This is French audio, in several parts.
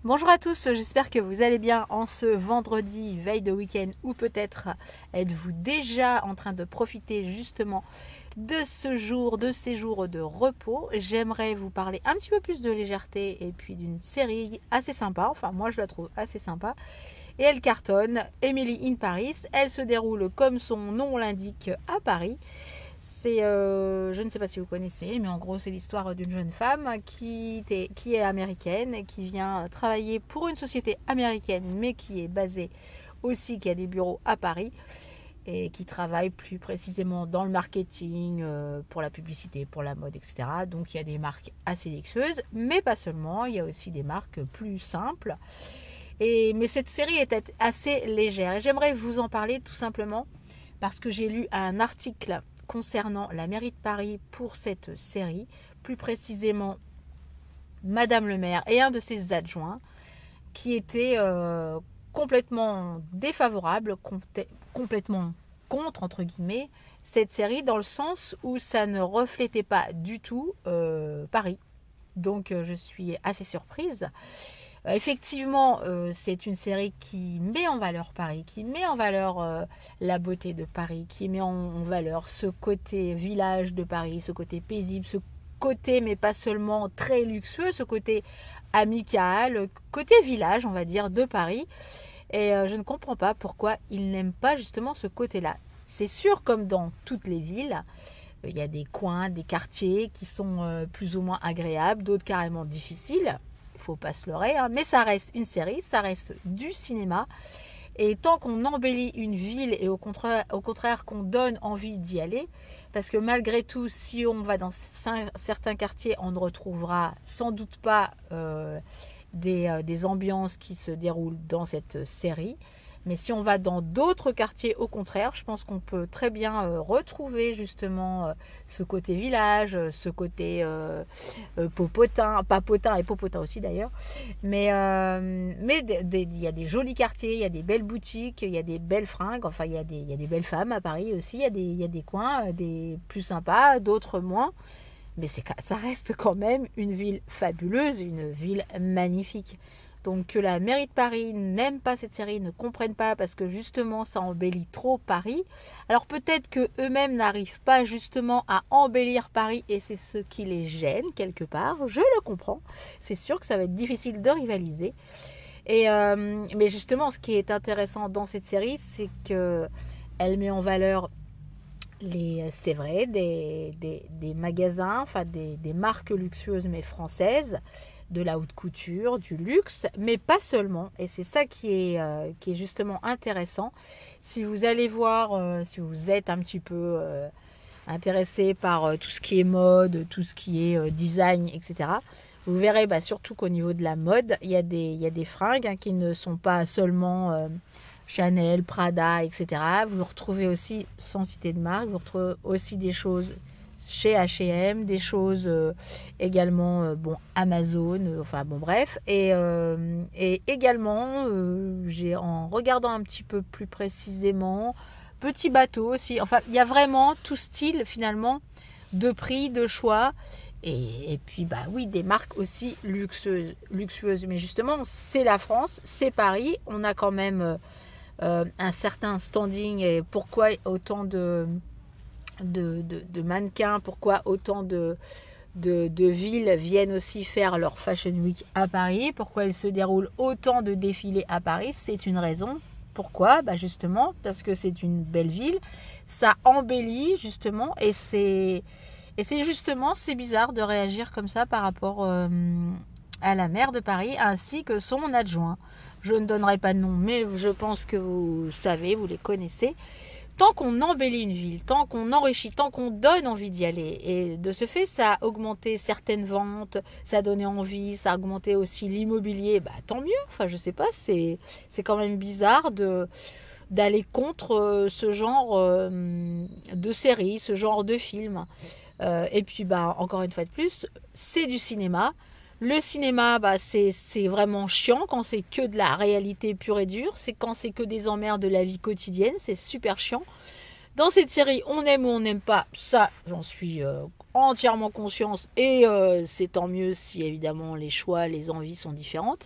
Bonjour à tous, j'espère que vous allez bien en ce vendredi, veille de week-end, ou peut-être êtes-vous déjà en train de profiter justement de ce jour, de ces jours de repos. J'aimerais vous parler un petit peu plus de légèreté et puis d'une série assez sympa, enfin moi je la trouve assez sympa. Et elle cartonne, Emily in Paris, elle se déroule comme son nom l'indique à Paris. C'est, je ne sais pas si vous connaissez, mais en gros c'est l'histoire d'une jeune femme qui est américaine et qui vient travailler pour une société américaine, mais qui est basée aussi, qui a des bureaux à Paris et qui travaille plus précisément dans le marketing, pour la publicité, pour la mode, etc. Donc il y a des marques assez luxueuses, mais pas seulement, il y a aussi des marques plus simples. Mais cette série est assez légère et j'aimerais vous en parler tout simplement parce que j'ai lu un article concernant la mairie de Paris pour cette série, plus précisément Madame le maire et un de ses adjoints qui étaient complètement défavorables, complètement contre, entre guillemets, cette série dans le sens où ça ne reflétait pas du tout Paris. Donc je suis assez surprise. Effectivement, c'est une série qui met en valeur Paris, qui met en valeur la beauté de Paris, qui met en valeur ce côté village de Paris, ce côté paisible, ce côté, mais pas seulement très luxueux, ce côté amical, côté village, on va dire, de Paris. Et je ne comprends pas pourquoi ils n'aiment pas justement ce côté-là. C'est sûr, comme dans toutes les villes, il y a des coins, des quartiers qui sont plus ou moins agréables, d'autres carrément difficiles. Il ne faut pas se leurrer, hein, mais ça reste une série, ça reste du cinéma. Et tant qu'on embellit une ville et au contraire qu'on donne envie d'y aller, parce que malgré tout, si on va dans certains quartiers, on ne retrouvera sans doute pas des ambiances qui se déroulent dans cette série. Mais si on va dans d'autres quartiers, au contraire, je pense qu'on peut très bien retrouver justement ce côté village, ce côté popotin, papotin et popotin aussi d'ailleurs. Mais il y a des jolis quartiers, il y a des belles boutiques, il y a des belles fringues, enfin il y a des belles femmes à Paris aussi, il y a des coins des plus sympas, d'autres moins. Mais ça reste quand même une ville fabuleuse, une ville magnifique. Donc que la mairie de Paris n'aime pas cette série, ne comprenne pas parce que justement ça embellit trop Paris. Alors peut-être que eux-mêmes n'arrivent pas justement à embellir Paris et c'est ce qui les gêne quelque part. Je le comprends. C'est sûr que ça va être difficile de rivaliser. Mais justement, ce qui est intéressant dans cette série, c'est que elle met en valeur c'est vrai, des magasins, enfin des marques luxueuses mais françaises, de la haute couture, du luxe, mais pas seulement. Et c'est ça qui est justement intéressant. Si vous allez voir, si vous êtes un petit peu intéressé par tout ce qui est mode, tout ce qui est design, etc., vous verrez surtout qu'au niveau de la mode, il y a des fringues qui ne sont pas seulement Chanel, Prada, etc. Vous retrouvez aussi, sans citer de marque, vous retrouvez aussi des choses chez H&M, des choses également Amazon, enfin bon bref. Et également, en regardant un petit peu plus précisément, Petit Bateau aussi. Enfin, il y a vraiment tout style finalement de prix, de choix. Et puis oui, des marques aussi luxueuses. Mais justement, c'est la France, c'est Paris. On a quand même un certain standing. Et pourquoi autant de mannequins, pourquoi autant de villes viennent aussi faire leur Fashion Week à Paris, pourquoi il se déroule autant de défilés à Paris, c'est une raison. Pourquoi ? Justement parce que c'est une belle ville, ça embellit justement et c'est justement, c'est bizarre de réagir comme ça par rapport à la maire de Paris ainsi que son adjoint. Je ne donnerai pas de nom, mais je pense que vous savez, vous les connaissez. Tant qu'on embellit une ville, tant qu'on enrichit, tant qu'on donne envie d'y aller, et de ce fait, ça a augmenté certaines ventes, ça a donné envie, ça a augmenté aussi l'immobilier, tant mieux. Enfin, je sais pas, c'est quand même bizarre d'aller contre ce genre de série, ce genre de film. Et puis, encore une fois de plus, c'est du cinéma. Le cinéma, c'est vraiment chiant quand c'est que de la réalité pure et dure. C'est quand c'est que des emmerdes de la vie quotidienne. C'est super chiant. Dans cette série, on aime ou on n'aime pas. Ça, j'en suis entièrement consciente. Et c'est tant mieux si évidemment les choix, les envies sont différentes.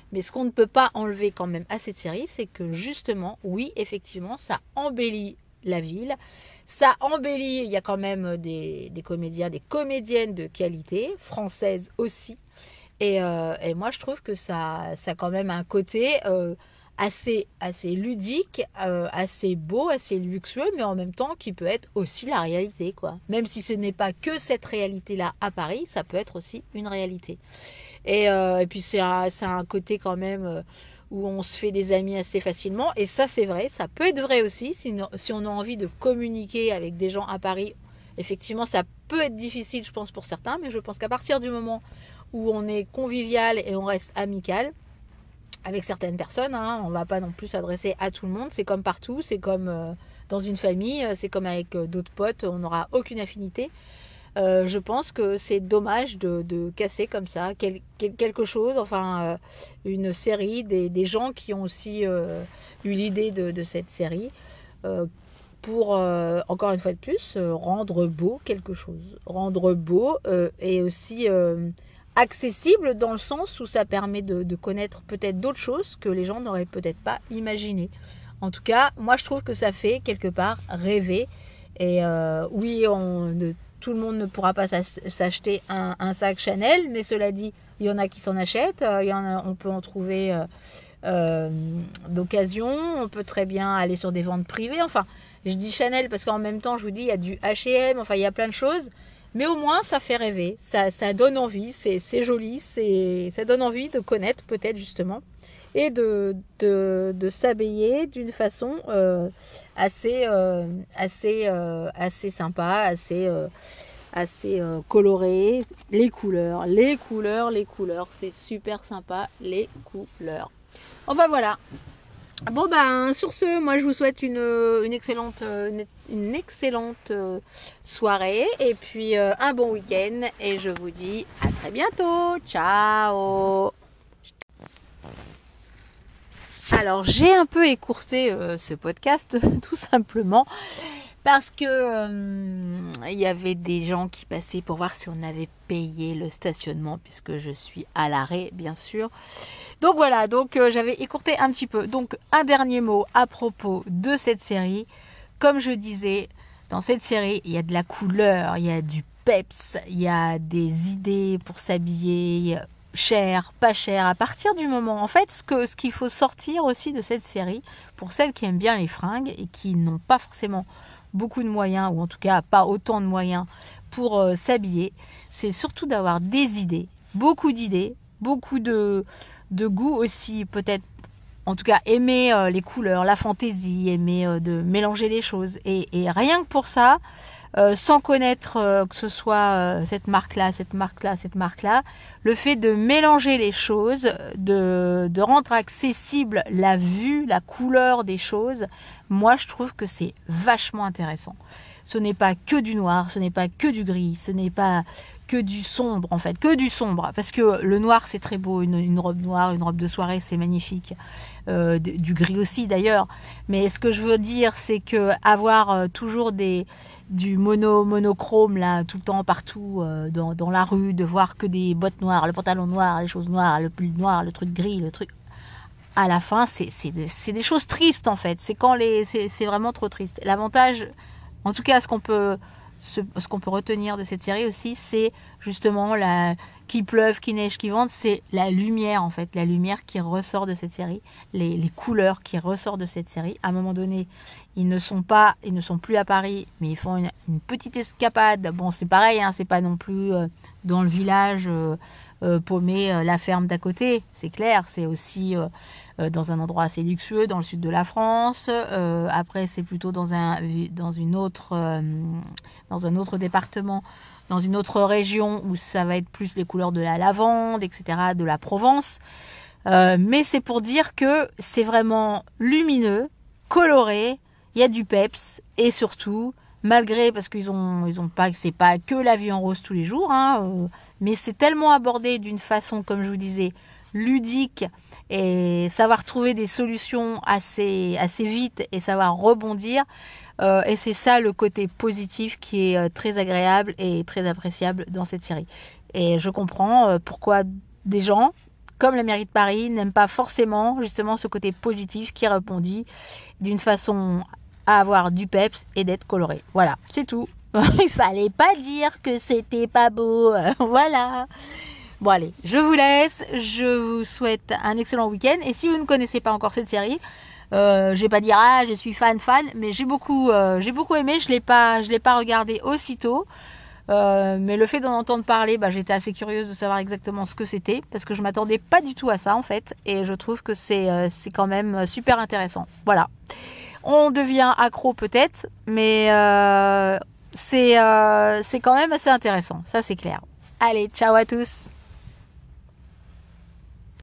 Mais ce qu'on ne peut pas enlever quand même à cette série, c'est que justement, oui, effectivement, ça embellit la ville. Ça embellit, il y a quand même des comédiens, des comédiennes de qualité, françaises aussi. Et moi, je trouve que ça a quand même un côté assez ludique, assez beau, assez luxueux, mais en même temps qui peut être aussi la réalité, quoi. Même si ce n'est pas que cette réalité-là à Paris, ça peut être aussi une réalité. Et puis c'est un côté quand même où on se fait des amis assez facilement. Et ça, c'est vrai, ça peut être vrai aussi si on a envie de communiquer avec des gens à Paris. Effectivement, ça peut être difficile, je pense, pour certains, mais je pense qu'à partir du moment où on est convivial et on reste amical avec certaines personnes, hein, on ne va pas non plus s'adresser à tout le monde, c'est comme partout, c'est comme dans une famille, c'est comme avec d'autres potes, on n'aura aucune affinité. Je pense que c'est dommage de casser comme ça quelque chose, enfin une série, des gens qui ont aussi eu l'idée de cette série pour, encore une fois de plus, rendre beau quelque chose. Rendre beau et aussi accessible dans le sens où ça permet de connaître peut-être d'autres choses que les gens n'auraient peut-être pas imaginées. En tout cas, moi je trouve que ça fait quelque part rêver. Et oui, tout le monde ne pourra pas s'acheter un sac Chanel, mais cela dit, il y en a qui s'en achètent, on peut en trouver d'occasion, on peut très bien aller sur des ventes privées, enfin, je dis Chanel parce qu'en même temps, je vous dis, il y a du H&M, enfin, il y a plein de choses, mais au moins, ça fait rêver, ça donne envie, c'est joli, ça donne envie de connaître peut-être justement, et de s'habiller d'une façon assez sympa, assez colorée. Les couleurs, c'est super sympa, les couleurs. Enfin voilà. Bon ben sur ce, moi je vous souhaite une excellente soirée et puis un bon week-end et je vous dis à très bientôt. Ciao. Alors j'ai un peu écourté ce podcast tout simplement parce que il y avait des gens qui passaient pour voir si on avait payé le stationnement puisque je suis à l'arrêt bien sûr. Donc voilà, j'avais écourté un petit peu. Donc un dernier mot à propos de cette série. Comme je disais, dans cette série, il y a de la couleur, il y a du peps, il y a des idées pour s'habiller, cher, pas cher, à partir du moment, en fait, ce qu'il faut sortir aussi de cette série, pour celles qui aiment bien les fringues et qui n'ont pas forcément beaucoup de moyens, ou en tout cas pas autant de moyens pour s'habiller, c'est surtout d'avoir des idées, beaucoup de goût aussi, peut-être, en tout cas aimer les couleurs, la fantaisie, aimer de mélanger les choses, et rien que pour ça, sans connaître que ce soit cette marque-là, le fait de mélanger les choses, de rendre accessible la vue, la couleur des choses, moi je trouve que c'est vachement intéressant. Ce n'est pas que du noir, ce n'est pas que du gris, ce n'est pas que du sombre en fait, que du sombre, parce que le noir c'est très beau, une robe noire, une robe de soirée c'est magnifique, du gris aussi d'ailleurs, mais ce que je veux dire c'est que avoir toujours du monochrome là tout le temps partout dans la rue, de voir que des bottes noires, le pantalon noir, les choses noires, le pull noir, le truc gris, le truc à la fin c'est des choses tristes en fait, c'est vraiment trop triste. L'avantage, en tout cas ce qu'on peut retenir de cette série aussi, c'est justement qu'il pleuve, qu'il neige, qu'il vente, c'est la lumière en fait, la lumière qui ressort de cette série, les couleurs qui ressortent de cette série. À un moment donné, ils ne sont plus à Paris, mais ils font une petite escapade. Bon, c'est pareil, hein, c'est pas non plus dans le village paumé, la ferme d'à côté, c'est clair, c'est aussi dans un endroit assez luxueux dans le sud de la France. Après, c'est plutôt dans un autre département, dans une autre région où ça va être plus les couleurs de la lavande, etc., de la Provence. Mais c'est pour dire que c'est vraiment lumineux, coloré, il y a du peps et surtout, malgré, parce qu'ils ont pas, c'est pas que la vie en rose tous les jours, hein, mais c'est tellement abordé d'une façon, comme je vous disais, ludique et savoir trouver des solutions assez vite et savoir rebondir. Et c'est ça le côté positif qui est très agréable et très appréciable dans cette série. Et je comprends pourquoi des gens comme la mairie de Paris, n'aime pas forcément justement ce côté positif qui répondit d'une façon à avoir du peps et d'être coloré. Voilà, c'est tout. Il fallait pas dire que c'était pas beau. Voilà. Bon allez, je vous laisse. Je vous souhaite un excellent week-end. Et si vous ne connaissez pas encore cette série, je vais pas dire ah je suis fan, mais j'ai beaucoup aimé. Je l'ai pas regardé aussitôt. Mais le fait d'en entendre parler, j'étais assez curieuse de savoir exactement ce que c'était parce que je m'attendais pas du tout à ça en fait. Et je trouve que c'est quand même super intéressant. Voilà. On devient accro peut-être, mais c'est quand même assez intéressant. Ça c'est clair. Allez, ciao à tous.